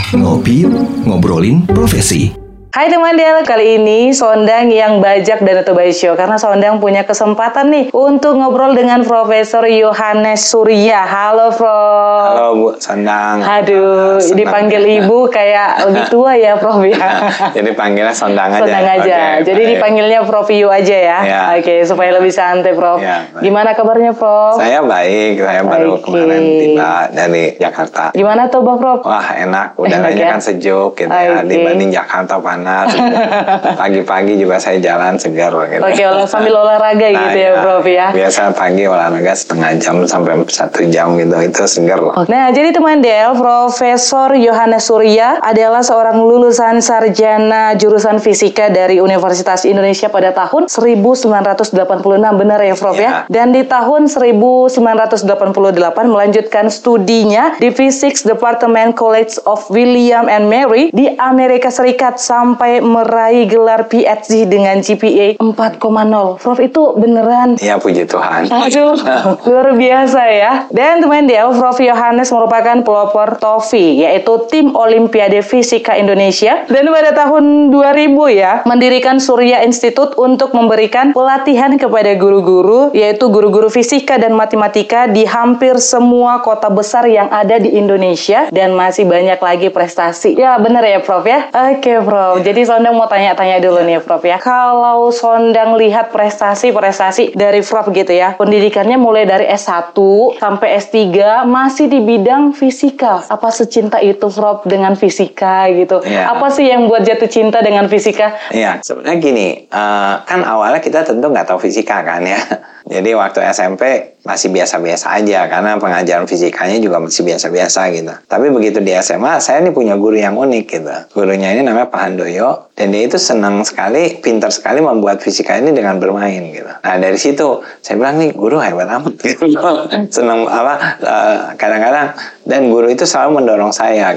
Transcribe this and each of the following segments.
Ngopi yuk, ngobrolin profesi. Hai teman Del, kali ini Sondang yang bajak dan Tobai Show karena Sondang punya kesempatan nih untuk ngobrol dengan Profesor Yohanes Surya. Halo Prof. Halo Bu Sondang. Aduh, dipanggil Ibu kayak lebih tua ya Prof ya. Jadi panggilnya Sondang aja. Sondang aja. Okay, jadi baik. Dipanggilnya Prof Yu aja ya. Ya. Oke, supaya lebih santai Prof. Ya, Gimana kabarnya Prof? Saya baik, saya baru kemarin tiba dari Jakarta. Gimana Toba Prof? Wah enak, udaranya ya? Kan sejuk gitu ya, dibanding Jakarta panas. Pagi-pagi juga saya jalan segar gitu. Oke, sambil olahraga gitu ya Prof ya. Biasa pagi olahraga setengah jam sampai 1 jam gitu, itu segar loh. Nah, jadi teman Del, Profesor Yohanes Surya adalah seorang lulusan sarjana jurusan fisika dari Universitas Indonesia pada tahun 1986, benar ya Prof ya? Dan di tahun 1988 melanjutkan studinya di Physics Department College of William and Mary di Amerika Serikat sampai meraih gelar PhD dengan GPA 4,0. Prof, itu beneran? Ya, puji Tuhan. Aduh, luar biasa ya. Dan teman Del, Prof Yohanes merupakan pelopor TOFI, yaitu Tim Olimpiade Fisika Indonesia. Dan pada tahun 2000 ya, mendirikan Surya Institute untuk memberikan pelatihan kepada guru-guru, yaitu guru-guru fisika dan matematika di hampir semua kota besar yang ada di Indonesia. Dan masih banyak lagi prestasi. Ya, bener ya Prof ya? Oke Prof, jadi Sondang mau tanya-tanya dulu nih Prof ya. Kalau Sondang lihat prestasi-prestasi dari Prof gitu ya, pendidikannya mulai dari S1 sampai S3 masih di bidang fisika. Apa secinta itu Prof dengan fisika gitu? Apa sih yang buat jatuh cinta dengan fisika? Iya, sebenarnya gini, kan awalnya kita tentu nggak tahu fisika kan ya. Jadi waktu SMP masih biasa-biasa aja karena pengajaran fisikanya juga masih biasa-biasa gitu. Tapi begitu di SMA, saya ini punya guru yang unik gitu. Gurunya ini namanya Pak Handoyo, dan dia itu senang sekali, pintar sekali membuat fisika ini dengan bermain gitu. Nah dari situ saya bilang nih guru hebat amat gitu. Senang kadang-kadang, dan guru itu selalu mendorong saya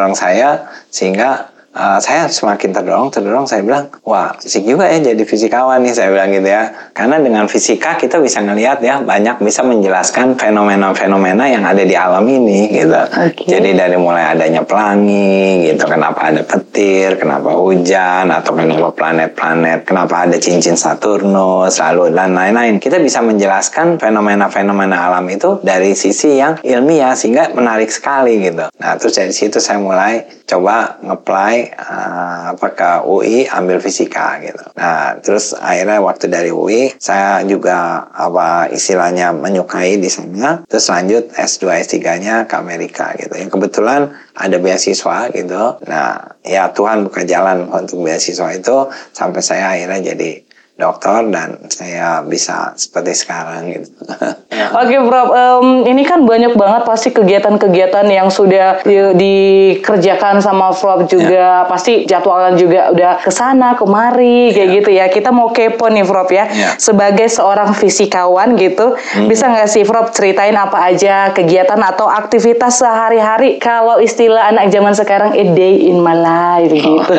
sehingga saya semakin terdorong, saya bilang, wah asik juga ya jadi fisikawan nih, saya bilang gitu ya. Karena dengan fisika kita bisa ngelihat ya, banyak bisa menjelaskan fenomena-fenomena yang ada di alam ini gitu. Jadi dari mulai adanya pelangi gitu, kenapa ada petir, kenapa hujan, atau kenapa planet-planet, kenapa ada cincin Saturnus, lalu dan lain-lain. Kita bisa menjelaskan fenomena-fenomena alam itu dari sisi yang ilmiah, sehingga menarik sekali gitu. Nah terus dari situ saya mulai coba nge-apply ke UI, ambil fisika gitu. Nah, terus akhirnya waktu dari UI saya juga istilahnya menyukai di sana. Terus lanjut S2 S3-nya ke Amerika gitu. Yang kebetulan ada beasiswa gitu. Nah, ya Tuhan buka jalan untuk beasiswa itu sampai saya akhirnya jadi dokter dan saya bisa seperti sekarang gitu. Oke Prof, ini kan banyak banget pasti kegiatan-kegiatan yang sudah dikerjakan sama Prof juga, pasti jadwalnya juga udah kesana kemari kayak gitu ya. Kita mau kepo nih Prof ya, sebagai seorang fisikawan gitu, bisa nggak sih Prof ceritain apa aja kegiatan atau aktivitas sehari-hari kalau istilah anak zaman sekarang a day in my life gitu.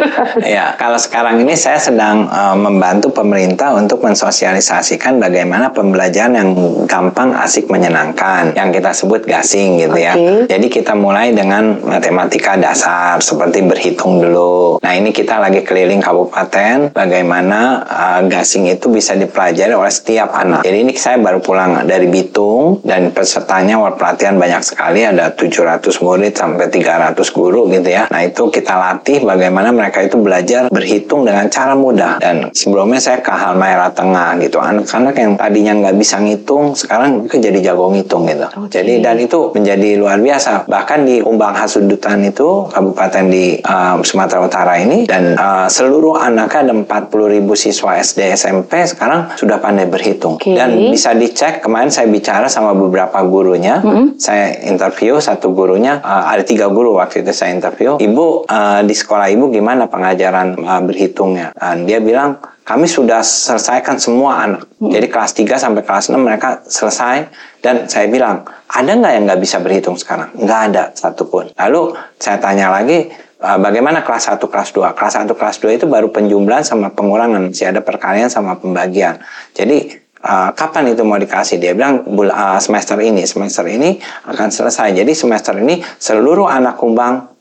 Ya, kalau sekarang ini saya sedang membantu pemerintah untuk mensosialisasikan bagaimana pembelajaran yang gampang, asik, menyenangkan, yang kita sebut gasing gitu ya. Jadi kita mulai dengan matematika dasar seperti berhitung dulu. Nah ini kita lagi keliling kabupaten bagaimana gasing itu bisa dipelajari oleh setiap anak. Jadi ini saya baru pulang dari Bitung dan pesertanya pelatihan banyak sekali, ada 700 murid sampai 300 guru gitu ya. Nah itu kita latih bagaimana mereka itu belajar berhitung dengan cara mudah. Dan sebelumnya saya ke Halmahera Tengah gitu, anak-anak yang tadinya nggak bisa ngitung sekarang mereka jadi jago ngitung gitu. Jadi dan itu menjadi luar biasa. Bahkan di Umbang Hasudutan itu kabupaten di Sumatera Utara ini, dan seluruh anaknya ada 40.000 siswa SD SMP sekarang sudah pandai berhitung. Dan bisa dicek, kemarin saya bicara sama beberapa gurunya, saya interview satu gurunya, ada 3 guru waktu itu saya interview. Ibu di sekolah ibu gimana pengajaran berhitungnya? Dan dia bilang kami sudah selesaikan semua anak. Jadi kelas 3 sampai kelas 6 mereka selesai. Dan saya bilang, ada nggak yang nggak bisa berhitung sekarang? Nggak ada satupun. Lalu saya tanya lagi, bagaimana kelas 1, kelas 2? Kelas 1, kelas 2 itu baru penjumlahan sama pengurangan. Masih ada perkalian sama pembagian. Jadi kapan itu mau dikasih? Dia bilang semester ini akan selesai. Jadi semester ini seluruh anak Kumbang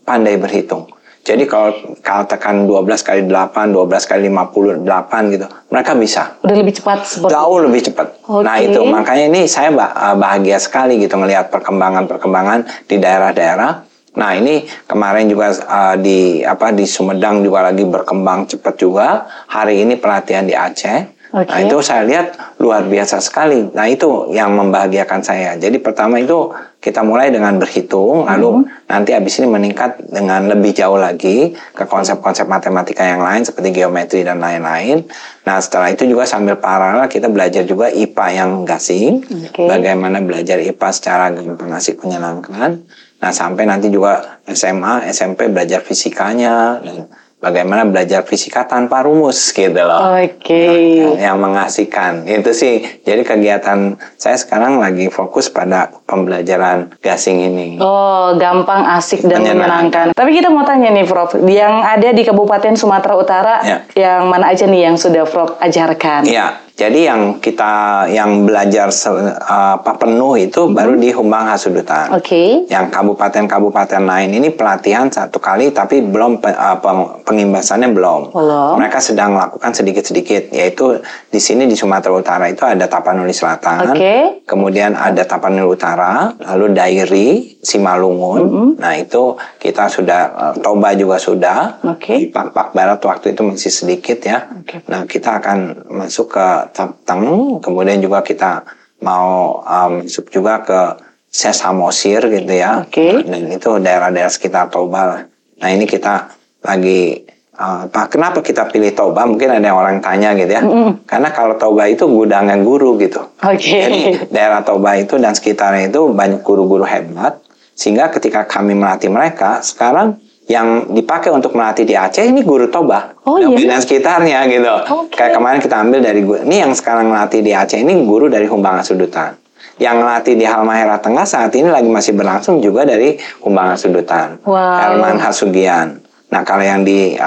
pandai berhitung. Jadi kalau tekan 12 kali 8, 12 kali 58 gitu, mereka bisa. Udah lebih cepat seperti Jauh lebih cepat. Okay. Nah itu makanya ini saya bahagia sekali gitu ngelihat perkembangan di daerah-daerah. Nah ini kemarin juga di Sumedang juga lagi berkembang cepat juga. Hari ini pelatihan di Aceh. Okay. Nah itu saya lihat luar biasa sekali. Nah itu yang membahagiakan saya. Jadi pertama itu kita mulai dengan berhitung, lalu nanti habis ini meningkat dengan lebih jauh lagi ke konsep-konsep matematika yang lain seperti geometri dan lain-lain. Nah setelah itu juga sambil paralel kita belajar juga IPA yang gasing. Okay. Bagaimana belajar IPA secara gampang asik menyenangkan. Nah sampai nanti juga SMA, SMP belajar fisikanya dan bagaimana belajar fisika tanpa rumus gitu loh. Oke. Yang mengasihkan. Itu sih. Jadi kegiatan saya sekarang lagi fokus pada pembelajaran gasing ini. Oh, gampang, asik dan menyenangkan. Tapi kita mau tanya nih Prof, yang ada di Kabupaten Sumatera Utara, yang mana aja nih yang sudah Prof ajarkan? Iya. Jadi yang belajar penuh itu baru di Humbang Hasudutan. Oke. Yang kabupaten-kabupaten lain ini pelatihan 1 kali tapi belum pengimbasannya belum. Mereka sedang lakukan sedikit-sedikit, yaitu di sini di Sumatera Utara itu ada Tapanuli Selatan, kemudian ada Tapanuli Utara, lalu Dairi, Simalungun. Nah itu kita sudah Toba juga sudah. Di Pak Barat waktu itu masih sedikit ya. Nah kita akan masuk ke Tapteng, kemudian juga kita mau masuk juga ke Sesamosir gitu ya. Dan itu daerah-daerah sekitar Toba. Nah ini kita lagi kenapa kita pilih Toba? Mungkin ada orang tanya gitu ya. Karena kalau Toba itu gudangnya guru gitu. Jadi daerah Toba itu dan sekitarnya itu banyak guru-guru hebat. Sehingga ketika kami melatih mereka, sekarang yang dipakai untuk melatih di Aceh ini guru Toba dan sekitarnya gitu. Kayak kemarin kita ambil dari ini yang sekarang melatih di Aceh ini guru dari Humbang Hasudutan. Yang melatih di Halmahera Tengah saat ini lagi masih berlangsung juga dari Humbang Hasudutan. Herman Hasugian. Nah kalau yang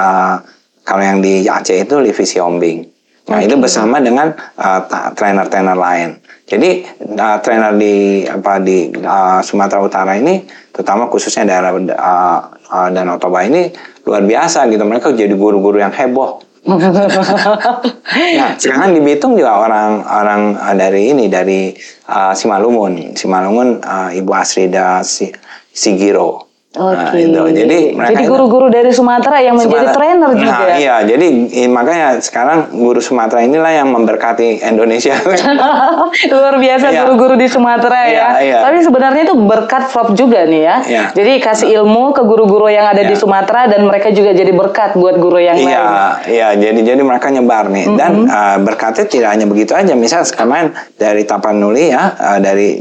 di Aceh itu Livi Siombing. Nah itu bersama dengan trainer-trainer lain. Jadi trainer di Sumatera Utara ini, terutama khususnya daerah Danau Toba ini luar biasa gitu. Mereka jadi guru-guru yang heboh. Nah, sekarang di Bitung juga orang dari Simalungun. Simalungun Ibu Asrida Sigiro. Jadi guru-guru dari Sumatera yang menjadi trainer juga. Nah, iya, jadi makanya sekarang guru Sumatera inilah yang memberkati Indonesia. Luar biasa guru-guru di Sumatera ya. Tapi sebenarnya itu berkat Prof juga nih ya. Jadi kasih ilmu ke guru-guru yang ada di Sumatera dan mereka juga jadi berkat buat guru yang lain. Iya, jadi mereka nyebar nih. Dan berkatnya tidak hanya begitu aja. Misal kemarin dari Tapanuli ya, dari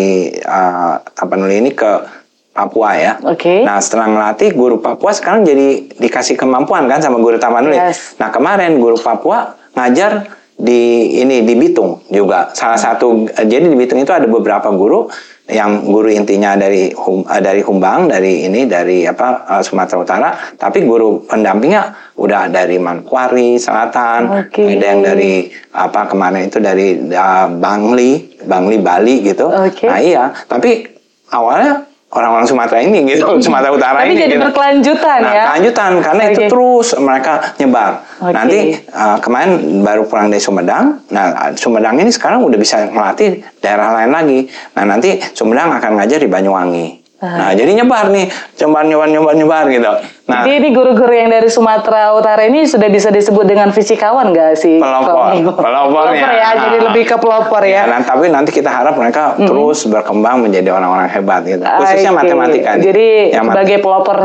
Tapanuli ini ke Papua ya. Nah setelah melatih guru Papua sekarang jadi dikasih kemampuan kan sama guru Tapanuli. Nah kemarin guru Papua ngajar di Bitung juga. Salah satu, jadi di Bitung itu ada beberapa guru yang guru intinya dari Humbang, dari Sumatera Utara, tapi guru pendampingnya udah dari Manokwari Selatan, ada yang dari kemarin itu dari Bangli Bali gitu. Nah iya, tapi awalnya orang-orang Sumatera ini gitu, Sumatera Utara ini. Tapi jadi berkelanjutan ya? Kelanjutan, karena itu terus mereka nyebar. Nanti kemarin baru pulang dari Sumedang. Nah, Sumedang ini sekarang udah bisa melatih daerah lain lagi. Nah, nanti Sumedang akan ngajar di Banyuwangi. Nah, jadi nyebar nih, nyebar gitu. Nah, jadi ini guru-guru yang dari Sumatera Utara ini sudah bisa disebut dengan fisikawan nggak sih? Pelopor ya, jadi lebih ke pelopor ya. Tapi nanti kita harap mereka terus berkembang menjadi orang-orang hebat gitu. Khususnya matematika nih. Jadi sebagai pelopor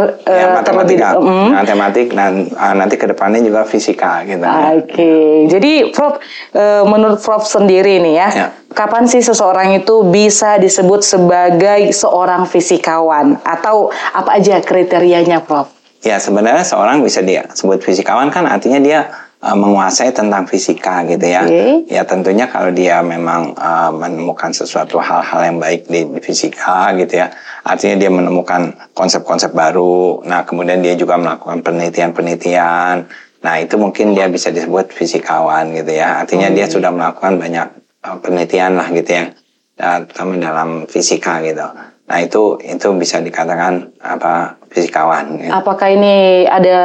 matematik dan nanti kedepannya juga fisika gitu. Jadi Prof, menurut Prof sendiri nih ya, kapan sih seseorang itu bisa disebut sebagai seorang fisikawan? Atau apa aja kriterianya, Prof? Ya, sebenarnya seorang bisa disebut fisikawan kan artinya dia menguasai tentang fisika gitu ya. Ya tentunya kalau dia memang menemukan sesuatu hal-hal yang baik di fisika gitu ya. Artinya dia menemukan konsep-konsep baru. Nah, kemudian dia juga melakukan penelitian-penelitian. Nah, itu mungkin dia bisa disebut fisikawan gitu ya. Artinya dia sudah melakukan banyak penelitian lah gitu ya, terutama dalam fisika gitu. Nah itu bisa dikatakan fisikawan. Gitu. Apakah ini ada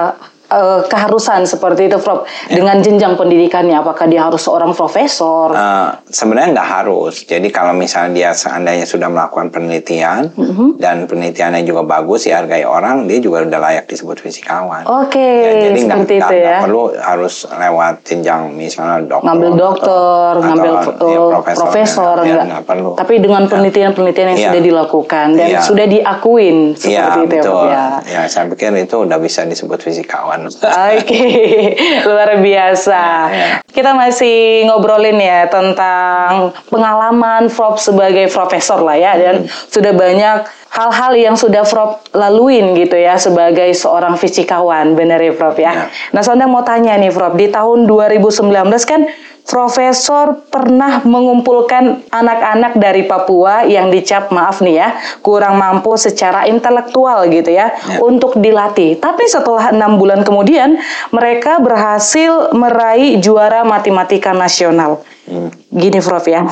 keharusan seperti itu, Prof? Dengan jenjang pendidikannya, apakah dia harus seorang profesor? Sebenarnya nggak harus. Jadi kalau misalnya dia seandainya sudah melakukan penelitian dan penelitiannya juga bagus, dihargai orang, dia juga udah layak disebut fisikawan. Oke, jadi seperti itu ya. Nggak perlu harus lewat jenjang misalnya dokter, ngambil dokter, ngambil profesor, nggak perlu. Tapi dengan penelitian-penelitian yang sudah dilakukan dan sudah diakuin seperti itu betul. ya. Ya, saya pikir itu udah bisa disebut fisikawan. Oke, luar biasa. Kita masih ngobrolin ya tentang pengalaman Prof sebagai profesor lah ya, dan sudah banyak hal-hal yang sudah Prof laluin gitu ya sebagai seorang fisikawan, bener ya Prof ya. Nah, Sondang mau tanya nih Prof, di tahun 2019 kan Profesor pernah mengumpulkan anak-anak dari Papua yang dicap, maaf nih ya, kurang mampu secara intelektual gitu ya, untuk dilatih. Tapi setelah 6 bulan kemudian, mereka berhasil meraih juara matematika nasional. Gini Prof ya,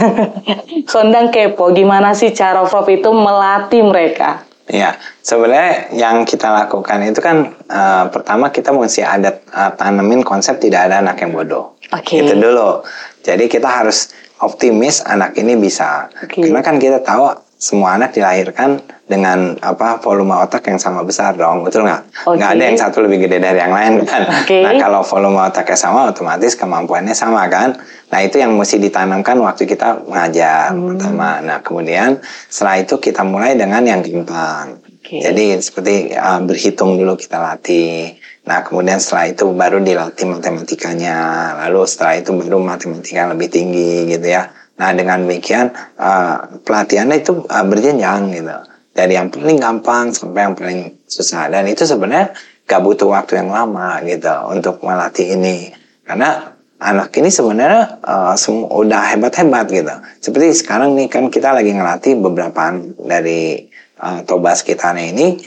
Sondang kepo, gimana sih cara Prof itu melatih mereka? Ya, sebenarnya yang kita lakukan itu kan pertama kita mesti ada tanemin konsep tidak ada anak yang bodoh. Itu dulu. Jadi kita harus optimis anak ini bisa. Karena kan kita tahu semua anak dilahirkan dengan volume otak yang sama besar dong, betul nggak? Nggak ada yang satu lebih gede dari yang lain kan. Nah kalau volume otaknya sama, otomatis kemampuannya sama kan. Nah itu yang mesti ditanamkan waktu kita mengajar pertama. Nah kemudian setelah itu kita mulai dengan yang gampang. Jadi seperti berhitung dulu kita latih. Nah kemudian setelah itu baru dilatih matematikanya. Lalu setelah itu baru matematika lebih tinggi gitu ya. Nah dengan demikian pelatihannya itu berjenjang gitu. Dari yang paling gampang sampai yang paling susah. Dan itu sebenarnya gak butuh waktu yang lama gitu untuk melatih ini. Karena anak ini sebenarnya udah hebat-hebat gitu. Seperti sekarang nih kan kita lagi ngelatih beberapa dari Tobas kita ini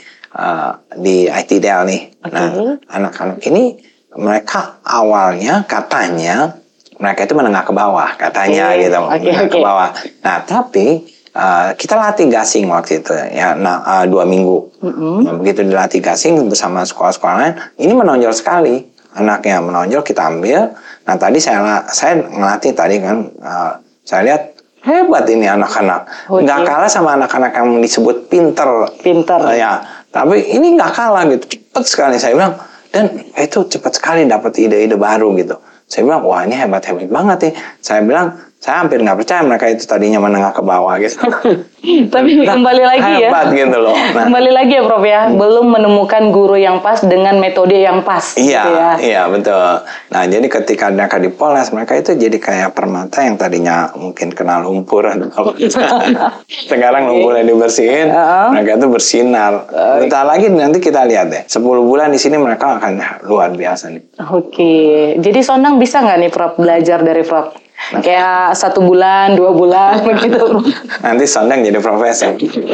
di IT Dell nih. Nah anak-anak ini mereka awalnya katanya mereka itu menengah ke bawah katanya gitu, menengah ke bawah. Nah tapi kita latih gasing waktu itu ya, 2 minggu. Nah, begitu dilatih gasing bersama sekolah-sekolah lain, ini menonjol sekali. Anaknya menonjol, kita ambil. Nah tadi saya ngelatih tadi kan, saya lihat hebat ini anak-anak. Nggak kalah sama anak-anak yang disebut pinter. Ya, tapi ini nggak kalah gitu, cepat sekali saya bilang. Dan itu cepat sekali dapat ide-ide baru gitu. Saya bilang, wah ini hebat-hebat banget nih. Saya bilang, saya hampir nggak percaya mereka itu tadinya menengah ke bawah gitu. Tapi kembali lagi ya. Hebat gitu loh. Nah, kembali lagi ya Prof ya, belum menemukan guru yang pas dengan metode yang pas. Iya, gitu ya. Iya betul. Nah jadi ketika mereka dipoles, mereka itu jadi kayak permata yang tadinya mungkin kena lumpur. Sekarang lumpurnya dibersihin, mereka itu bersinar. Bentar lagi nanti kita lihat deh. 10 bulan di sini mereka akan luar biasa nih. Oke, jadi Sondang bisa nggak nih Prof belajar dari Prof? Kayak 1 bulan, 2 bulan begitu. Nanti Sondang jadi profesor.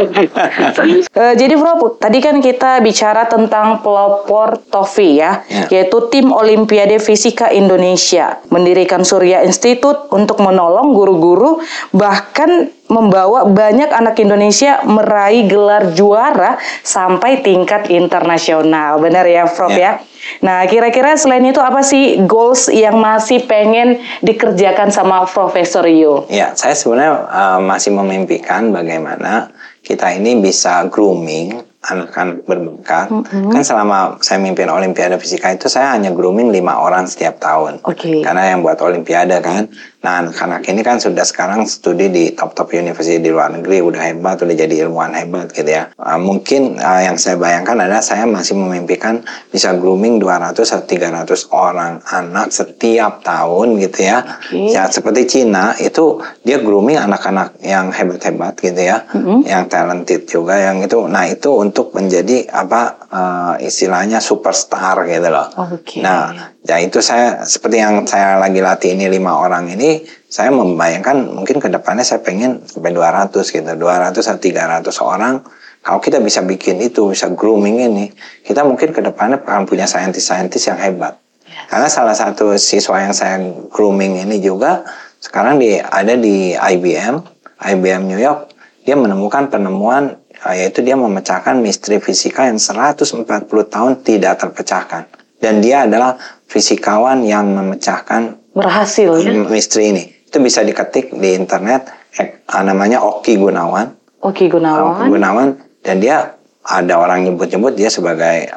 Jadi Prof, tadi kan kita bicara tentang pelopor TOFI ya, yaitu Tim Olimpiade Fisika Indonesia, mendirikan Surya Institute untuk menolong guru-guru, bahkan membawa banyak anak Indonesia meraih gelar juara sampai tingkat internasional. Benar ya Prof ya? Nah, kira-kira selain itu apa sih goals yang masih pengen dikerjakan sama Profesor Rio? Ya, saya sebenarnya masih memimpikan bagaimana kita ini bisa grooming anak-anak berbakat. Kan selama saya mimpin Olimpiade Fisika itu saya hanya grooming 5 orang setiap tahun. Karena yang buat Olimpiade kan. Nah anak-anak ini kan sudah sekarang studi di top-top university di luar negeri. Udah hebat, udah jadi ilmuwan hebat gitu ya. Mungkin yang saya bayangkan adalah saya masih memimpikan bisa grooming 200 atau 300 orang anak setiap tahun gitu ya. Ya seperti Cina itu dia grooming anak-anak yang hebat-hebat gitu ya. Yang talented juga yang itu. Nah itu untuk menjadi istilahnya superstar gitu loh. Nah, ya itu saya seperti yang saya lagi latih ini 5 orang ini, saya membayangkan mungkin ke depannya saya pengen sampai 200 gitu, 200 atau 300 orang. Kalau kita bisa bikin itu, bisa grooming ini, kita mungkin ke depannya akan punya saintis-saintis yang hebat. Karena salah satu siswa yang saya grooming ini juga sekarang ada di IBM New York. dia menemukan penemuan, yaitu dia memecahkan misteri fisika yang 140 tahun tidak terpecahkan. Dan dia adalah fisikawan yang memecahkan Berhasil ya. misteri ini. Itu bisa diketik di internet, namanya Oki Gunawan. Oki Gunawan. Dan dia ada orang nyebut-nyebut dia sebagai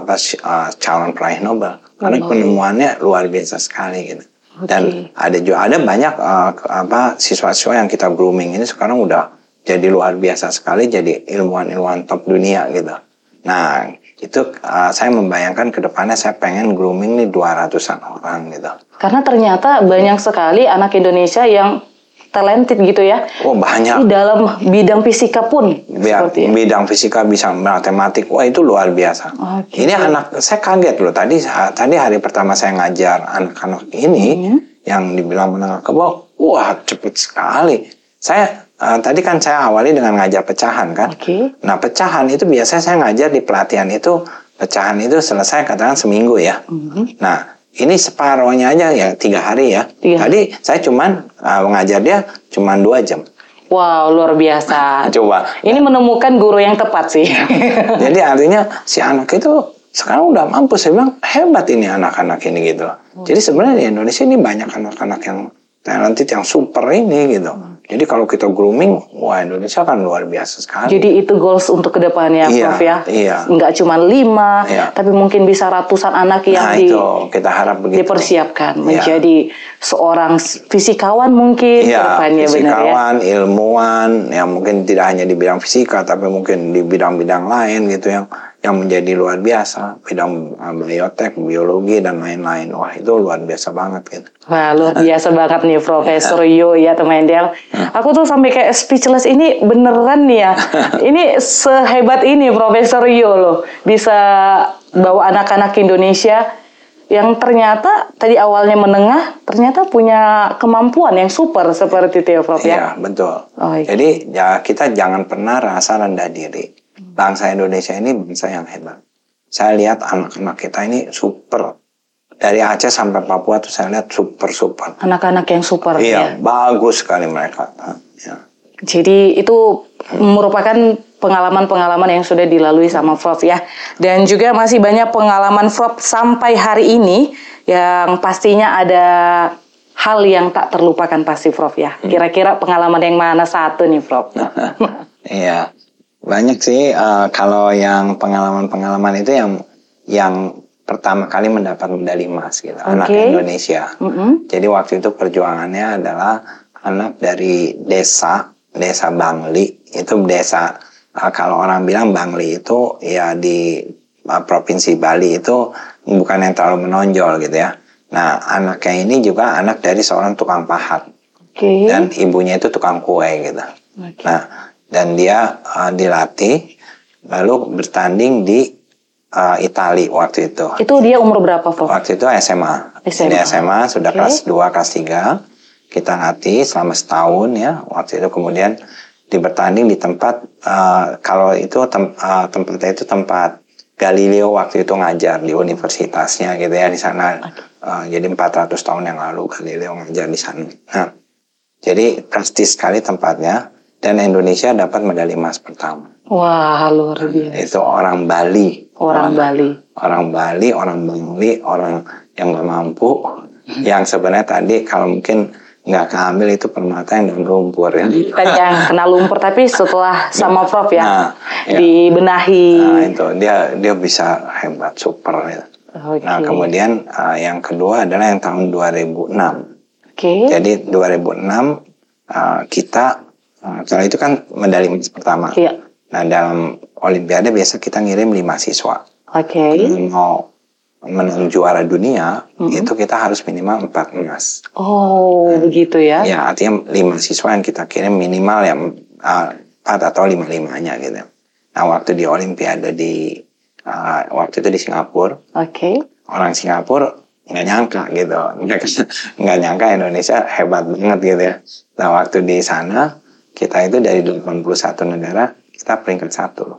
calon peraih Nobel. Karena penemuannya luar biasa sekali gitu. Dan ada banyak siswa-siswa yang kita grooming ini sekarang udah jadi luar biasa sekali, jadi ilmuwan-ilmuwan top dunia gitu. Nah, itu saya membayangkan ke depannya saya pengen grooming nih 200-an orang gitu. Karena ternyata banyak sekali anak Indonesia yang talented gitu ya. Oh, banyak. Di dalam bidang fisika pun. Seperti bidang fisika, bisa matematik. Wah, itu luar biasa. Ini anak, saya kaget loh. Tadi hari pertama saya ngajar anak-anak ini yang dibilang menengah ke bawah. Wah, cepet sekali. Tadi kan saya awali dengan ngajar pecahan kan. Nah, pecahan itu biasanya saya ngajar di pelatihan itu, pecahan itu selesai katakan seminggu ya. Nah, ini separohnya aja ya 3 hari ya. Tadi saya cuman mengajar dia cuman 2 jam. Wow, luar biasa. Coba. Ini menemukan guru yang tepat sih. Jadi artinya si anak itu sekarang udah mampu. Saya bilang hebat ini anak-anak ini gitu. Jadi sebenarnya di Indonesia ini banyak anak-anak yang talented, yang super ini gitu. Jadi kalau kita grooming, wah Indonesia kan luar biasa sekali. Jadi itu goals untuk kedepannya, Prof ya. Iya. Nggak cuma 5, tapi mungkin bisa ratusan anak yang kita harap begitu. Dipersiapkan menjadi seorang fisikawan mungkin kedepannya, fisikawan, benar ya. Ilmuwan, yang mungkin tidak hanya di bidang fisika, tapi mungkin di bidang-bidang lain gitu yang menjadi luar biasa, bidang biotek, biologi dan lain-lain. Wah, itu luar biasa banget gitu. Wah, luar biasa banget nih Profesor Yo ya teman Del. Aku tuh sampai kayak speechless, ini beneran nih ya. Ini sehebat ini Profesor Yo loh, bisa bawa anak-anak Indonesia yang ternyata tadi awalnya menengah, ternyata punya kemampuan yang super seperti itu ya Prof ya. Iya, betul. Jadi ya kita jangan pernah rasa rendah diri. Bangsa Indonesia ini bangsa yang hebat. Saya lihat anak-anak kita ini super. Dari Aceh sampai Papua tuh saya lihat super. Anak-anak yang super. Iya, bagus sekali mereka. Ya. Jadi itu merupakan pengalaman-pengalaman yang sudah dilalui sama Prof ya. Dan juga masih banyak pengalaman Prof sampai hari ini yang pastinya ada hal yang tak terlupakan pasti Prof ya. Kira-kira pengalaman yang mana satu nih Prof? Iya. Banyak sih kalau yang pengalaman-pengalaman itu yang pertama kali mendapat medali emas gitu, anak Indonesia. Jadi waktu itu perjuangannya adalah anak dari desa Bangli. Itu desa, kalau orang bilang Bangli itu ya di provinsi Bali itu bukan yang terlalu menonjol gitu ya. Nah, anaknya ini juga anak dari seorang tukang pahat. Dan ibunya itu tukang kue gitu. Nah, dan dia dilatih lalu bertanding di Itali waktu itu. Itu dia umur berapa, Prof? Waktu itu SMA. Di SMA sudah kelas 2, kelas 3. Kita latih selama setahun ya. Waktu itu kemudian bertanding di tempat kalau itu tempatnya itu tempat Galileo waktu itu ngajar di universitasnya gitu ya di sana. Jadi 400 tahun yang lalu Galileo ngajar di sana. Nah, jadi prestis sekali tempatnya. Dan Indonesia dapat medali emas pertama. Wah, luar biasa. Itu orang Bali. Orang Bali, orang Bangli, orang yang nggak mampu. Yang sebenarnya tadi kalau mungkin nggak keambil itu permata yang dalam lumpur ya. Kan yang kena lumpur, tapi setelah sama Prof ya, dibenahi. Nah itu dia bisa hebat, super ya. Nah kemudian yang kedua adalah yang tahun 2006. Jadi 2006 kita kalau itu kan medali emas pertama. Nah dalam Olimpiade biasa kita ngirim 5 siswa. Mau menang juara dunia itu kita harus minimal 4 emas. Begitu ya? Ya artinya 5 siswa yang kita kirim minimal ya 4 atau 5-5-nya gitu. Nah waktu di Olimpiade waktu itu di Singapura. Orang Singapura nggak nyangka gitu. Nggak nyangka Indonesia hebat banget gitu ya. Nah waktu di sana kita itu dari 81 negara, kita peringkat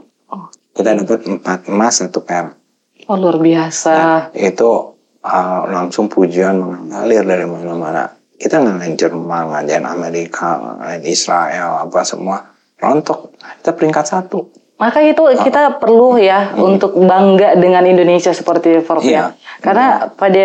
1. Kita dapat 4 emas, 1 perak. Luar biasa. Nah, itu langsung pujian mengalir dari mana-mana. Kita ngalahin Jerman, ngalahin Amerika, ngalahin Israel, apa semua. rontok. Kita peringkat 1. Maka itu kita perlu ya untuk bangga dengan Indonesia seperti Prof ya. Karena pada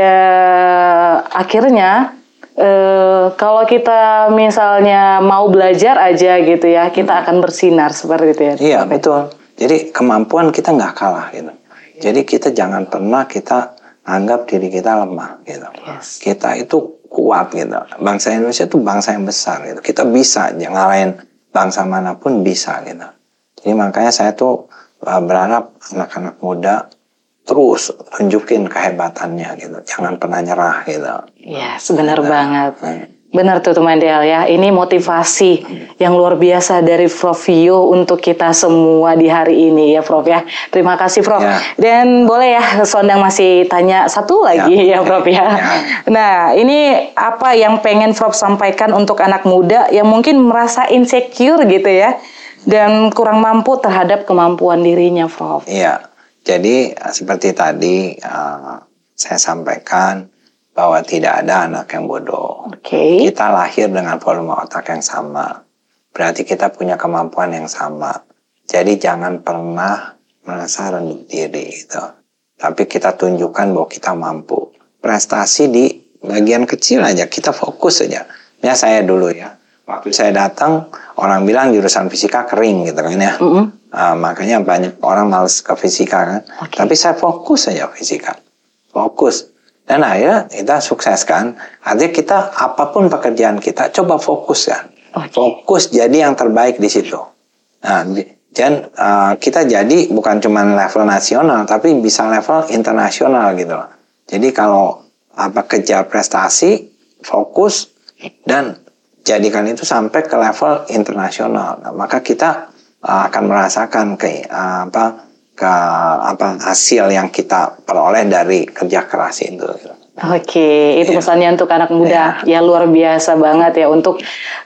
akhirnya kalau kita misalnya mau belajar aja gitu ya, kita akan bersinar seperti itu ya. Iya, betul. Jadi kemampuan kita nggak kalah gitu. Jadi kita jangan pernah kita anggap diri kita lemah gitu. Yes. Kita itu kuat gitu. Bangsa Indonesia itu bangsa yang besar gitu. Kita bisa ngalahin bangsa manapun bisa gitu. Jadi makanya saya tuh berharap anak-anak muda terus tunjukin kehebatannya gitu. Jangan pernah nyerah gitu. Iya, benar banget. Benar tuh teman Del ya. Ini motivasi yang luar biasa dari Prof Vio untuk kita semua di hari ini ya Prof ya. Terima kasih Prof. Ya. Dan boleh ya Sondang masih tanya satu lagi ya Prof ya. Nah, ini apa yang pengen Prof sampaikan untuk anak muda yang mungkin merasa insecure gitu ya. Dan kurang mampu terhadap kemampuan dirinya, Prof. Iya, jadi seperti tadi saya sampaikan bahwa tidak ada anak yang bodoh. Oke. Kita lahir dengan volume otak yang sama. Berarti kita punya kemampuan yang sama. Jadi jangan pernah merasa rendah diri gitu. Tapi kita tunjukkan bahwa kita mampu. Prestasi di bagian kecil aja, kita fokus aja. Ya saya dulu ya. Waktu saya datang, orang bilang jurusan fisika kering gitu kan ya. Makanya banyak orang males ke fisika kan. Okay. Tapi saya fokus aja fisika. Fokus. Dan akhirnya kita sukses kan. Artinya kita apapun pekerjaan kita, coba fokus kan. Okay. Fokus jadi yang terbaik di situ. Nah, dan kita jadi bukan cuma level nasional, tapi bisa level internasional gitu loh. Jadi kalau kejar prestasi, fokus, dan jadikan itu sampai ke level internasional. Nah, maka kita akan merasakan hasil yang kita peroleh dari kerja keras itu. Oke, itu pesannya untuk anak muda ya luar biasa banget ya untuk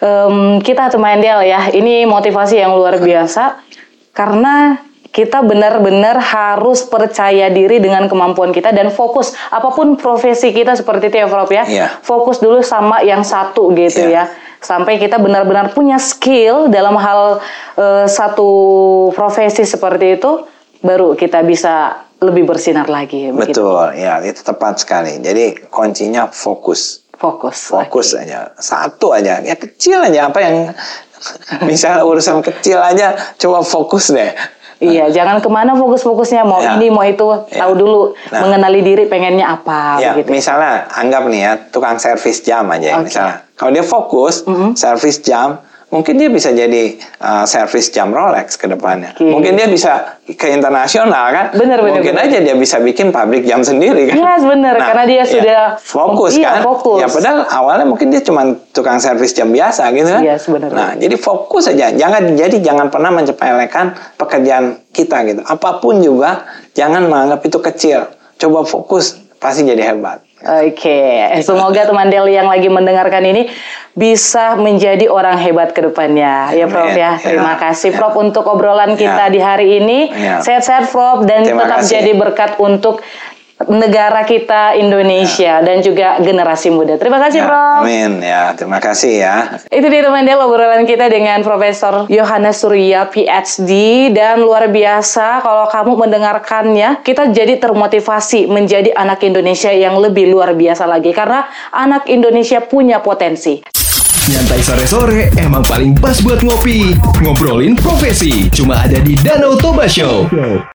kita teman Del ya. Ini motivasi yang luar biasa karena kita benar-benar harus percaya diri dengan kemampuan kita dan fokus apapun profesi kita seperti itu ya Prof ya. Fokus dulu sama yang satu gitu ya. Sampai kita benar-benar punya skill dalam hal satu profesi seperti itu, baru kita bisa lebih bersinar lagi. Betul, ya itu tepat sekali. Jadi kuncinya fokus. Fokus aja, satu aja, ya kecil aja apa yang misalnya urusan kecil aja, coba fokus deh. Iya, jangan kemana fokus-fokusnya, mau ini, mau itu, tahu dulu, mengenali diri pengennya apa. Ya, begitu. Misalnya, anggap nih ya, tukang servis jam aja misalnya. Kalau dia fokus, servis jam, mungkin dia bisa jadi servis jam Rolex ke depannya. Mungkin dia bisa ke internasional kan. Mungkin aja dia bisa bikin pabrik jam sendiri kan. Iya, benar. Karena dia sudah fokus kan. Fokus. Ya padahal awalnya mungkin dia cuma tukang servis jam biasa gitu kan. Iya, sebenarnya. Nah, jadi fokus aja. Jangan pernah mencepelekan pekerjaan kita gitu. Apapun juga jangan menganggap itu kecil. Coba fokus, pasti jadi hebat. Oke, semoga teman Del yang lagi mendengarkan ini bisa menjadi orang hebat ke depannya. Ya Prof ya. Terima kasih Prof untuk obrolan kita di hari ini. Sehat-sehat Prof dan tetap jadi berkat untuk negara kita Indonesia dan juga generasi muda. Terima kasih Prof. Amin ya, terima kasih ya. Itu dia teman Del obrolan kita dengan Profesor Yohanes Surya PhD dan luar biasa kalau kamu mendengarkannya kita jadi termotivasi menjadi anak Indonesia yang lebih luar biasa lagi karena anak Indonesia punya potensi. Nyantai sore-sore emang paling pas buat ngopi. Ngobrolin profesi cuma ada di Danau Toba Show.